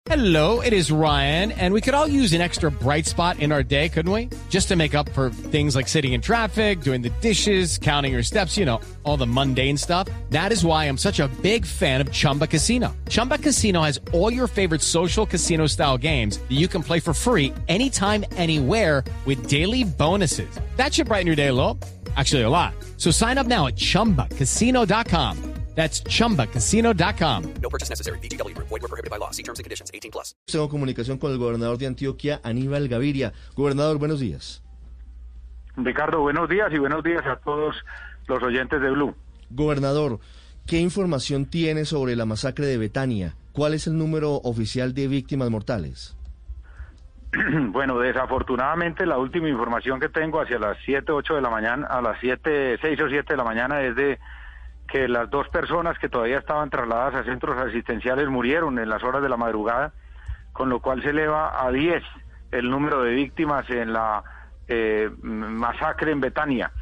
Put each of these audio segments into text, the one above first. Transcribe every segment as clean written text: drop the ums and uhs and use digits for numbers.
Hello, it is Ryan, and we could all use an extra bright spot in our day, couldn't we? Just to make up for things like sitting in traffic, doing the dishes, counting your steps, you know, all the mundane stuff. That is why I'm such a big fan of Chumba Casino. Chumba Casino has all your favorite social casino-style games that you can play for free anytime, anywhere with daily bonuses. That should brighten your day a little. Actually, a lot. So sign up now at ChumbaCasino.com. That's ChumbaCasino.com. No purchase necessary. VGW Group. Void where prohibited by law. See terms and conditions. 18+. Tengo comunicación con el gobernador de Antioquia, Aníbal Gaviria. Gobernador, buenos días. Ricardo, buenos días y buenos días a todos los oyentes de Blue. Gobernador, ¿qué información tiene sobre la masacre de Betania? ¿Cuál es el número oficial de víctimas mortales? Bueno, desafortunadamente la última información que tengo hacia las 7, 8 de la mañana, a las 7, 6 o 7 de la mañana es de que las dos personas que todavía estaban trasladadas a centros asistenciales murieron en las horas de la madrugada, con lo cual se eleva a 10 el número de víctimas en la masacre en Betania.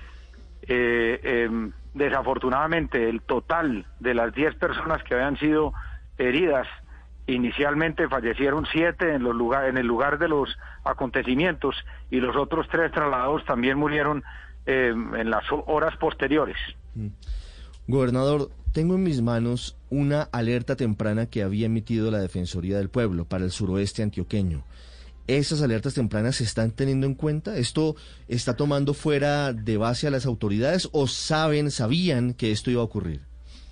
Desafortunadamente, el total de las 10 personas que habían sido heridas, inicialmente fallecieron 7 en el lugar de los acontecimientos, y los otros 3 trasladados también murieron en las horas posteriores. Gobernador, tengo en mis manos una alerta temprana que había emitido la Defensoría del Pueblo para el suroeste antioqueño. ¿Esas alertas tempranas se están teniendo en cuenta? ¿Esto está tomando fuera de base a las autoridades o sabían que esto iba a ocurrir?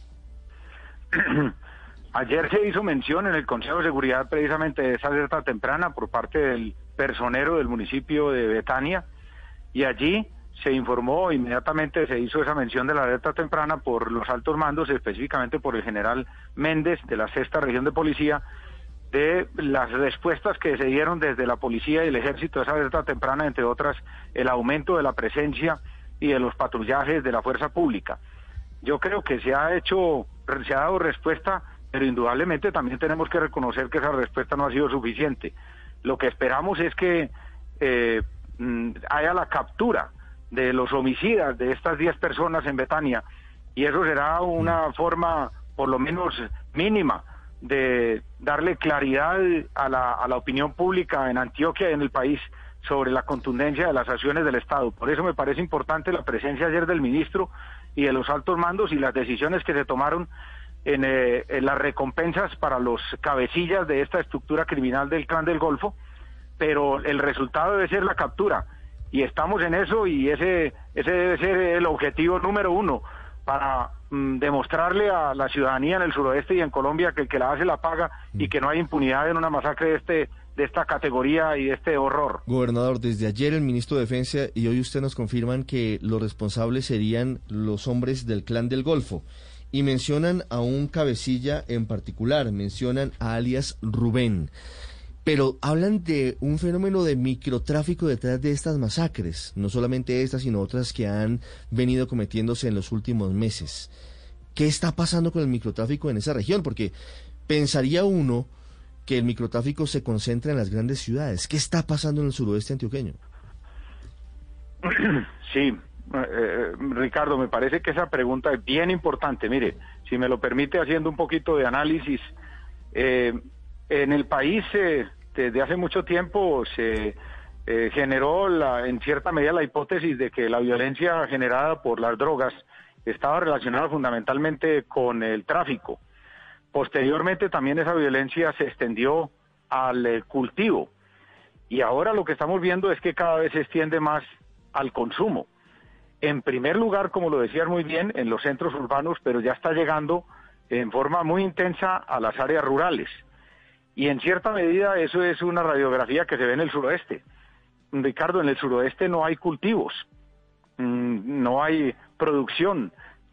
Ayer se hizo mención en el Consejo de Seguridad precisamente de esa alerta temprana por parte del personero del municipio de Betania, y allí se informó, inmediatamente se hizo esa mención de la alerta temprana por los altos mandos, específicamente por el general Méndez de la 6ª Región de Policía, de las respuestas que se dieron desde la policía y el ejército a esa alerta temprana, entre otras el aumento de la presencia y de los patrullajes de la fuerza pública. Yo creo que se ha dado respuesta, pero indudablemente también tenemos que reconocer que esa respuesta no ha sido suficiente. Lo que esperamos es que haya la captura de los homicidas de estas 10 personas en Betania, y eso será una forma, por lo menos mínima, de darle claridad a la opinión pública en Antioquia y en el país sobre la contundencia de las acciones del Estado. Por eso me parece importante la presencia ayer del ministro y de los altos mandos y las decisiones que se tomaron en las recompensas para los cabecillas de esta estructura criminal del Clan del Golfo, pero el resultado debe ser la captura. Y estamos en eso, y ese debe ser el objetivo número 1 para demostrarle a la ciudadanía en el suroeste y en Colombia que el que la hace la paga, y que no hay impunidad en una masacre de esta categoría y de este horror. Gobernador, desde ayer el ministro de Defensa y hoy usted nos confirman que los responsables serían los hombres del Clan del Golfo, y mencionan a un cabecilla en particular, mencionan a alias Rubén. Pero hablan de un fenómeno de microtráfico detrás de estas masacres, no solamente estas, sino otras que han venido cometiéndose en los últimos meses. ¿Qué está pasando con el microtráfico en esa región? Porque pensaría uno que el microtráfico se concentra en las grandes ciudades. ¿Qué está pasando en el suroeste antioqueño? Sí, Ricardo, me parece que esa pregunta es bien importante. Mire, si me lo permite, haciendo un poquito de análisis, en el país desde hace mucho tiempo se generó en cierta medida la hipótesis de que la violencia generada por las drogas estaba relacionada fundamentalmente con el tráfico. Posteriormente también esa violencia se extendió al cultivo, y ahora lo que estamos viendo es que cada vez se extiende más al consumo. En primer lugar, como lo decías muy bien, en los centros urbanos, pero ya está llegando en forma muy intensa a las áreas rurales. Y en cierta medida eso es una radiografía que se ve en el suroeste. Ricardo, en el suroeste no hay cultivos, no hay producción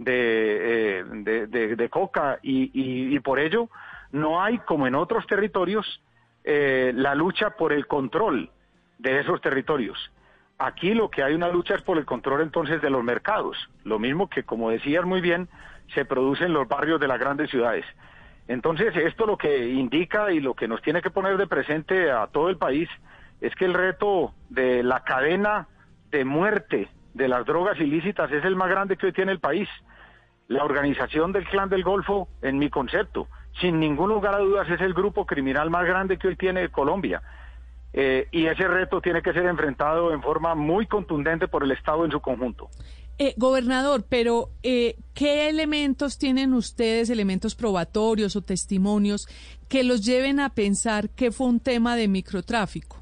de coca, y por ello no hay, como en otros territorios, la lucha por el control de esos territorios. Aquí lo que hay una lucha es por el control entonces de los mercados, lo mismo que, como decías muy bien, se produce en los barrios de las grandes ciudades. Entonces, esto lo que indica y lo que nos tiene que poner de presente a todo el país es que el reto de la cadena de muerte de las drogas ilícitas es el más grande que hoy tiene el país. La organización del Clan del Golfo, en mi concepto, sin ningún lugar a dudas es el grupo criminal más grande que hoy tiene Colombia. Y ese reto tiene que ser enfrentado en forma muy contundente por el Estado en su conjunto. Gobernador, pero ¿qué elementos tienen ustedes, elementos probatorios o testimonios que los lleven a pensar que fue un tema de microtráfico?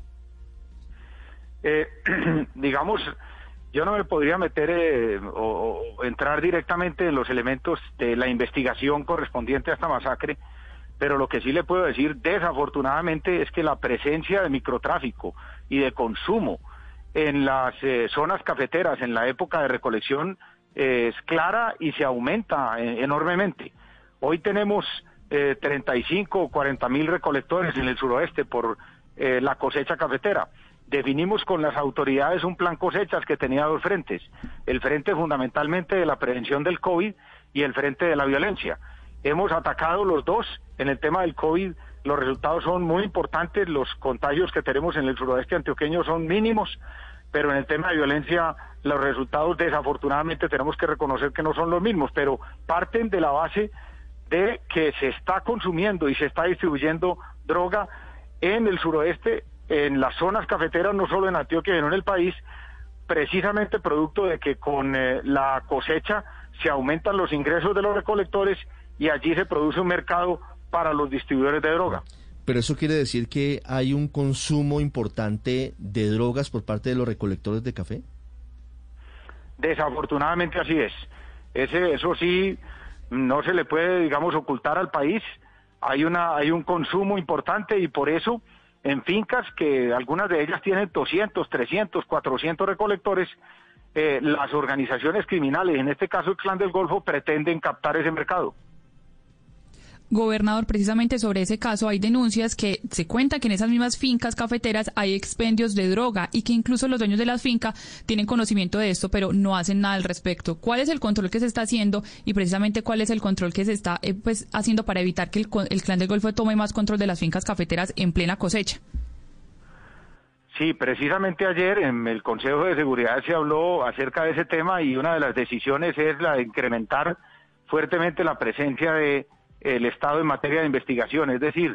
Digamos, yo no me podría meter o entrar directamente en los elementos de la investigación correspondiente a esta masacre, pero lo que sí le puedo decir, desafortunadamente, es que la presencia de microtráfico y de consumo en las zonas cafeteras en la época de recolección es clara y se aumenta enormemente. Hoy tenemos 35 o 40 mil recolectores en el suroeste por la cosecha cafetera. Definimos con las autoridades un plan cosechas que tenía dos frentes, el frente fundamentalmente de la prevención del COVID y el frente de la violencia. Hemos atacado los dos. En el tema del COVID los resultados son muy importantes, los contagios que tenemos en el suroeste antioqueño son mínimos, pero en el tema de violencia los resultados desafortunadamente tenemos que reconocer que no son los mismos, pero parten de la base de que se está consumiendo y se está distribuyendo droga en el suroeste, en las zonas cafeteras, no solo en Antioquia, sino en el país, precisamente producto de que con la cosecha se aumentan los ingresos de los recolectores y allí se produce un mercado para los distribuidores de droga. Pero eso quiere decir que hay un consumo importante de drogas por parte de los recolectores de café. Desafortunadamente así es. Eso sí, no se le puede, digamos, ocultar al país. Hay un consumo importante y por eso en fincas que algunas de ellas tienen 200, 300, 400 recolectores, las organizaciones criminales, en este caso el Clan del Golfo, pretenden captar ese mercado. Gobernador, precisamente sobre ese caso hay denuncias que se cuenta que en esas mismas fincas cafeteras hay expendios de droga y que incluso los dueños de las fincas tienen conocimiento de esto, pero no hacen nada al respecto. ¿Cuál es el control que se está haciendo y precisamente cuál es el control que se está haciendo para evitar que el Clan del Golfo tome más control de las fincas cafeteras en plena cosecha? Sí, precisamente ayer en el Consejo de Seguridad se habló acerca de ese tema y una de las decisiones es la de incrementar fuertemente la presencia de el Estado en materia de investigación, es decir,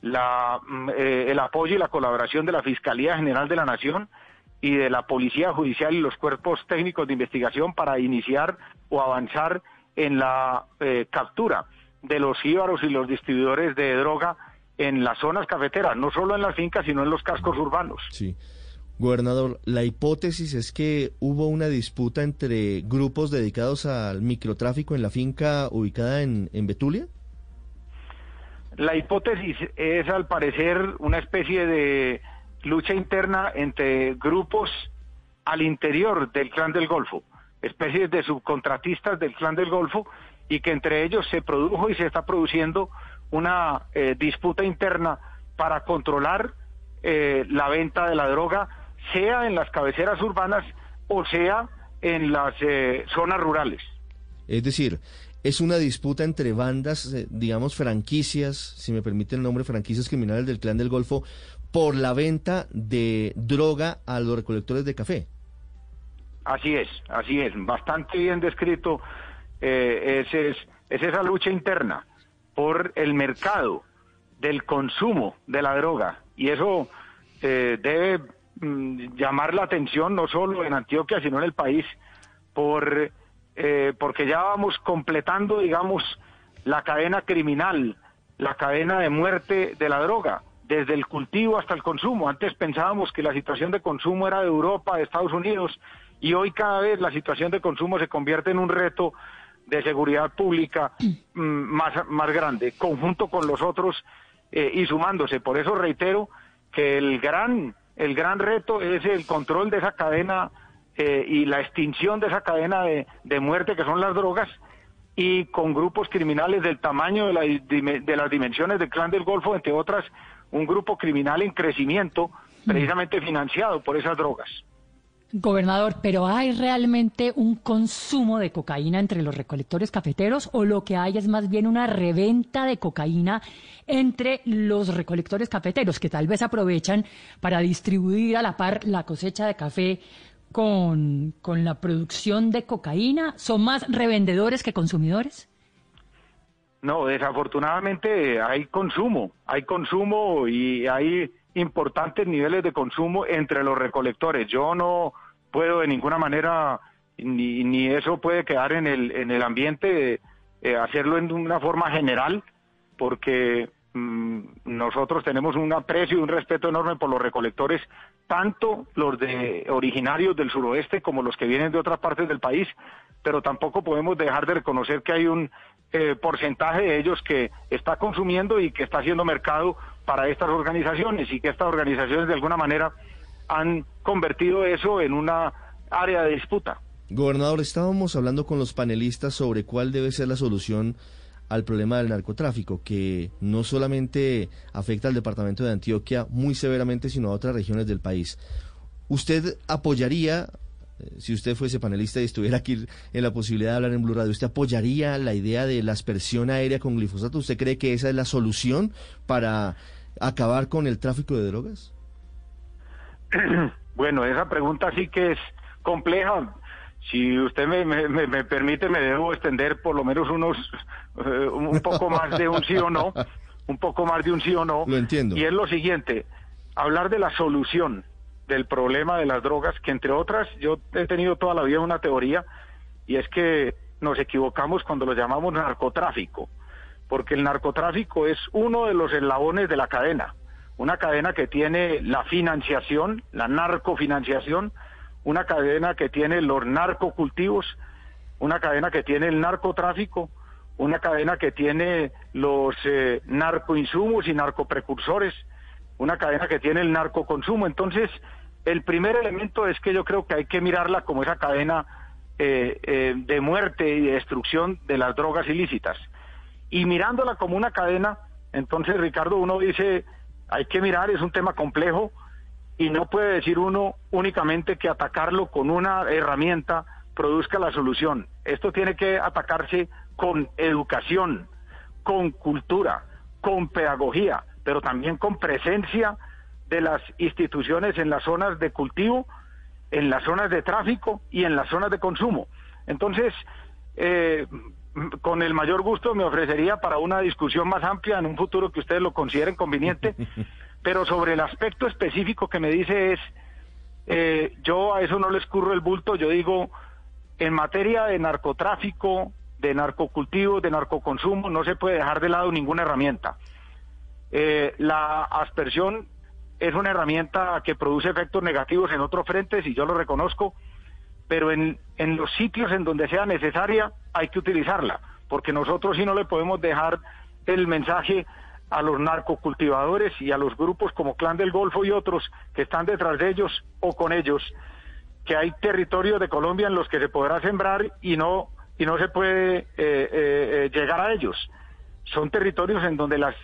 el apoyo y la colaboración de la Fiscalía General de la Nación y de la Policía Judicial y los cuerpos técnicos de investigación para iniciar o avanzar en la captura de los jíbaros y los distribuidores de droga en las zonas cafeteras, no solo en las fincas, sino en los cascos urbanos. Sí. Gobernador, la hipótesis es que hubo una disputa entre grupos dedicados al microtráfico en la finca ubicada en Betulia. La hipótesis es, al parecer, una especie de lucha interna entre grupos al interior del Clan del Golfo, especies de subcontratistas del Clan del Golfo, y que entre ellos se produjo y se está produciendo una disputa interna para controlar la venta de la droga, sea en las cabeceras urbanas o sea en las zonas rurales. Es decir, es una disputa entre bandas, digamos franquicias, si me permiten el nombre, franquicias criminales del Clan del Golfo, por la venta de droga a los recolectores de café. Así es, bastante bien descrito. Es esa lucha interna por el mercado del consumo de la droga, y eso debe llamar la atención no solo en Antioquia, sino en el país, porque ya vamos completando, digamos, la cadena criminal, la cadena de muerte de la droga, desde el cultivo hasta el consumo. Antes pensábamos que la situación de consumo era de Europa, de Estados Unidos, y hoy cada vez la situación de consumo se convierte en un reto de seguridad pública más grande, conjunto con los otros y sumándose. Por eso reitero que el gran reto es el control de esa cadena y la extinción de esa cadena de muerte que son las drogas, y con grupos criminales del tamaño de las dimensiones del Clan del Golfo, entre otras, un grupo criminal en crecimiento, precisamente financiado por esas drogas. Gobernador, ¿pero hay realmente un consumo de cocaína entre los recolectores cafeteros o lo que hay es más bien una reventa de cocaína entre los recolectores cafeteros que tal vez aprovechan para distribuir a la par la cosecha de café con la producción de cocaína? ¿Son más revendedores que consumidores? No, desafortunadamente hay consumo y hay importantes niveles de consumo entre los recolectores. Yo no puedo de ninguna manera, ni eso puede quedar en el ambiente, hacerlo en una forma general, porque nosotros tenemos un aprecio y un respeto enorme por los recolectores, tanto los originarios del suroeste como los que vienen de otras partes del país, pero tampoco podemos dejar de reconocer que hay un porcentaje de ellos que está consumiendo y que está haciendo mercado para estas organizaciones, y que estas organizaciones de alguna manera han convertido eso en una área de disputa. Gobernador, estábamos hablando con los panelistas sobre cuál debe ser la solución al problema del narcotráfico, que no solamente afecta al departamento de Antioquia muy severamente, sino a otras regiones del país. ¿Usted apoyaría, si usted fuese panelista y estuviera aquí en la posibilidad de hablar en Blue Radio, ¿usted apoyaría la idea de la aspersión aérea con glifosato? ¿Usted cree que esa es la solución para acabar con el tráfico de drogas? Bueno, esa pregunta sí que es compleja. Si usted me permite, me debo extender por lo menos un poco más de un sí o no, Lo entiendo. Y es lo siguiente: hablar de la solución del problema de las drogas, que entre otras yo he tenido toda la vida una teoría, y es que nos equivocamos cuando lo llamamos narcotráfico, porque el narcotráfico es uno de los eslabones de la cadena, una cadena que tiene la financiación, la narcofinanciación, una cadena que tiene los narcocultivos, una cadena que tiene el narcotráfico, una cadena que tiene los narcoinsumos y narcoprecursores, una cadena que tiene el narcoconsumo. Entonces, el primer elemento es que yo creo que hay que mirarla como esa cadena de muerte y de destrucción de las drogas ilícitas. Y mirándola como una cadena, entonces, Ricardo, uno dice, hay que mirar, es un tema complejo, y no puede decir uno únicamente que atacarlo con una herramienta produzca la solución. Esto tiene que atacarse con educación, con cultura, con pedagogía, pero también con presencia de las instituciones en las zonas de cultivo, en las zonas de tráfico y en las zonas de consumo. Entonces, con el mayor gusto me ofrecería para una discusión más amplia en un futuro que ustedes lo consideren conveniente. Pero sobre el aspecto específico que me dice yo a eso no le escurro el bulto. Yo digo, en materia de narcotráfico, de narcocultivo, de narcoconsumo, no se puede dejar de lado ninguna herramienta. La aspersión es una herramienta que produce efectos negativos en otros frentes, y yo lo reconozco, pero en los sitios en donde sea necesaria hay que utilizarla, porque nosotros sí no le podemos dejar el mensaje a los narcocultivadores y a los grupos como Clan del Golfo y otros que están detrás de ellos o con ellos, que hay territorios de Colombia en los que se podrá sembrar y no se puede llegar a ellos. Son territorios en donde las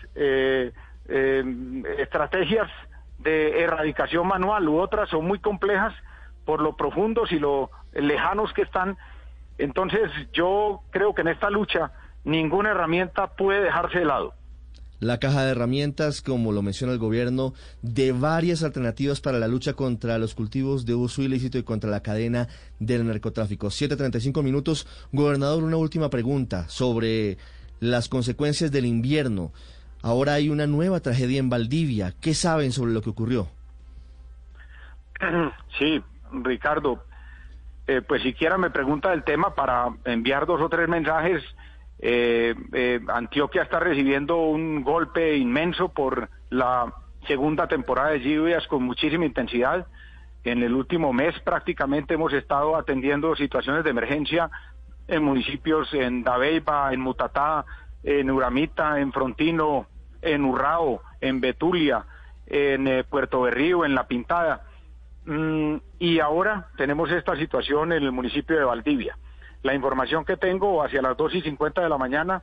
estrategias de erradicación manual u otras son muy complejas por lo profundos y lo lejanos que están. Entonces yo creo que en esta lucha ninguna herramienta puede dejarse de lado. La caja de herramientas, como lo menciona el gobierno, de varias alternativas para la lucha contra los cultivos de uso ilícito y contra la cadena del narcotráfico. 7:35 minutos. Gobernador, una última pregunta sobre las consecuencias del invierno. Ahora hay una nueva tragedia en Valdivia. ¿Qué saben sobre lo que ocurrió? Sí, Ricardo, pues siquiera me pregunta del tema para enviar 2 o 3 mensajes. Antioquia está recibiendo un golpe inmenso por la segunda temporada de lluvias con muchísima intensidad. En el último mes prácticamente hemos estado atendiendo situaciones de emergencia en municipios en Dabeiba, en Mutatá, en Uramita, en Frontino, en Urrao, en Betulia, en Puerto Berrío, en La Pintada. Y ahora tenemos esta situación en el municipio de Valdivia. La información que tengo, hacia las 2:50 de la mañana,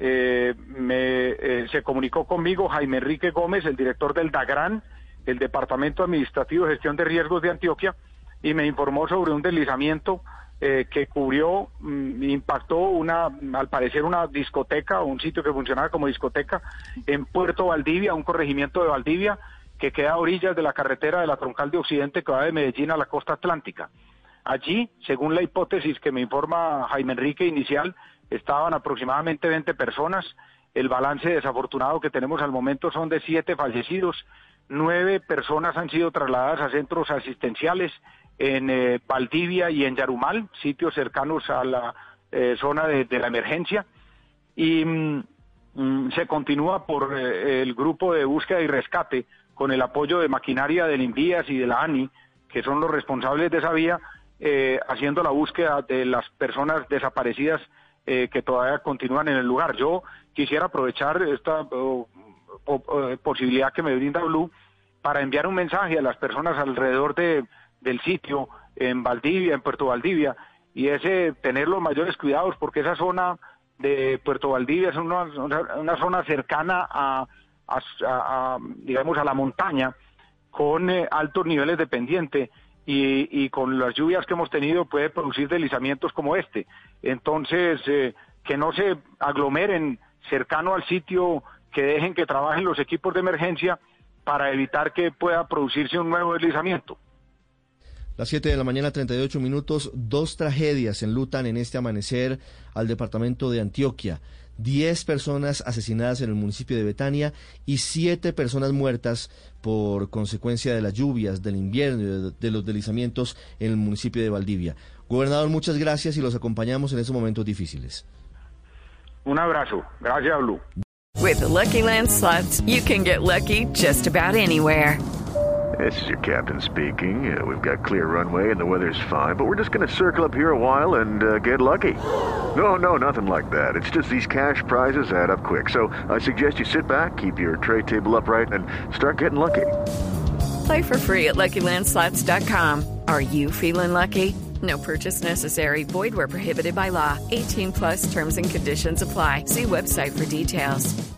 se comunicó conmigo Jaime Enrique Gómez, el director del DAGRAN, el Departamento Administrativo de Gestión de Riesgos de Antioquia, y me informó sobre un deslizamiento que cubrió, impactó al parecer una discoteca, un sitio que funcionaba como discoteca en Puerto Valdivia, un corregimiento de Valdivia que queda a orillas de la carretera de la Troncal de Occidente que va de Medellín a la costa atlántica. Allí, según la hipótesis que me informa Jaime Enrique inicial, estaban aproximadamente 20 personas. El balance desafortunado que tenemos al momento son de 7 fallecidos, 9 personas han sido trasladadas a centros asistenciales en Valdivia y en Yarumal, sitios cercanos a la zona de la emergencia, y se continúa por el grupo de búsqueda y rescate con el apoyo de maquinaria del INVIAS y de la ANI, que son los responsables de esa vía, haciendo la búsqueda de las personas desaparecidas que todavía continúan en el lugar. Yo quisiera aprovechar esta posibilidad que me brinda Blue para enviar un mensaje a las personas alrededor del sitio en Valdivia, en Puerto Valdivia, y es tener los mayores cuidados, porque esa zona de Puerto Valdivia es una zona cercana digamos, a la montaña, con altos niveles de pendiente, y con las lluvias que hemos tenido puede producir deslizamientos como este. Entonces, que no se aglomeren cercano al sitio, que dejen que trabajen los equipos de emergencia para evitar que pueda producirse un nuevo deslizamiento. Las 7 de la mañana, 38 minutos, 2 tragedias enlutan en este amanecer al departamento de Antioquia. 10 personas asesinadas en el municipio de Betania y 7 personas muertas por consecuencia de las lluvias, del invierno, de los deslizamientos en el municipio de Valdivia. Gobernador, muchas gracias y los acompañamos en estos momentos difíciles. Un abrazo. Gracias, Blue. With the Lucky Land Slots, you can get lucky just about anywhere. This is your captain speaking. We've got clear runway and the weather's fine, but we're just going to circle up here a while and get lucky. No, nothing like that. It's just these cash prizes add up quick. So I suggest you sit back, keep your tray table upright, and start getting lucky. Play for free at LuckyLandSlots.com. Are you feeling lucky? No purchase necessary. Void where prohibited by law. 18+ terms and conditions apply. See website for details.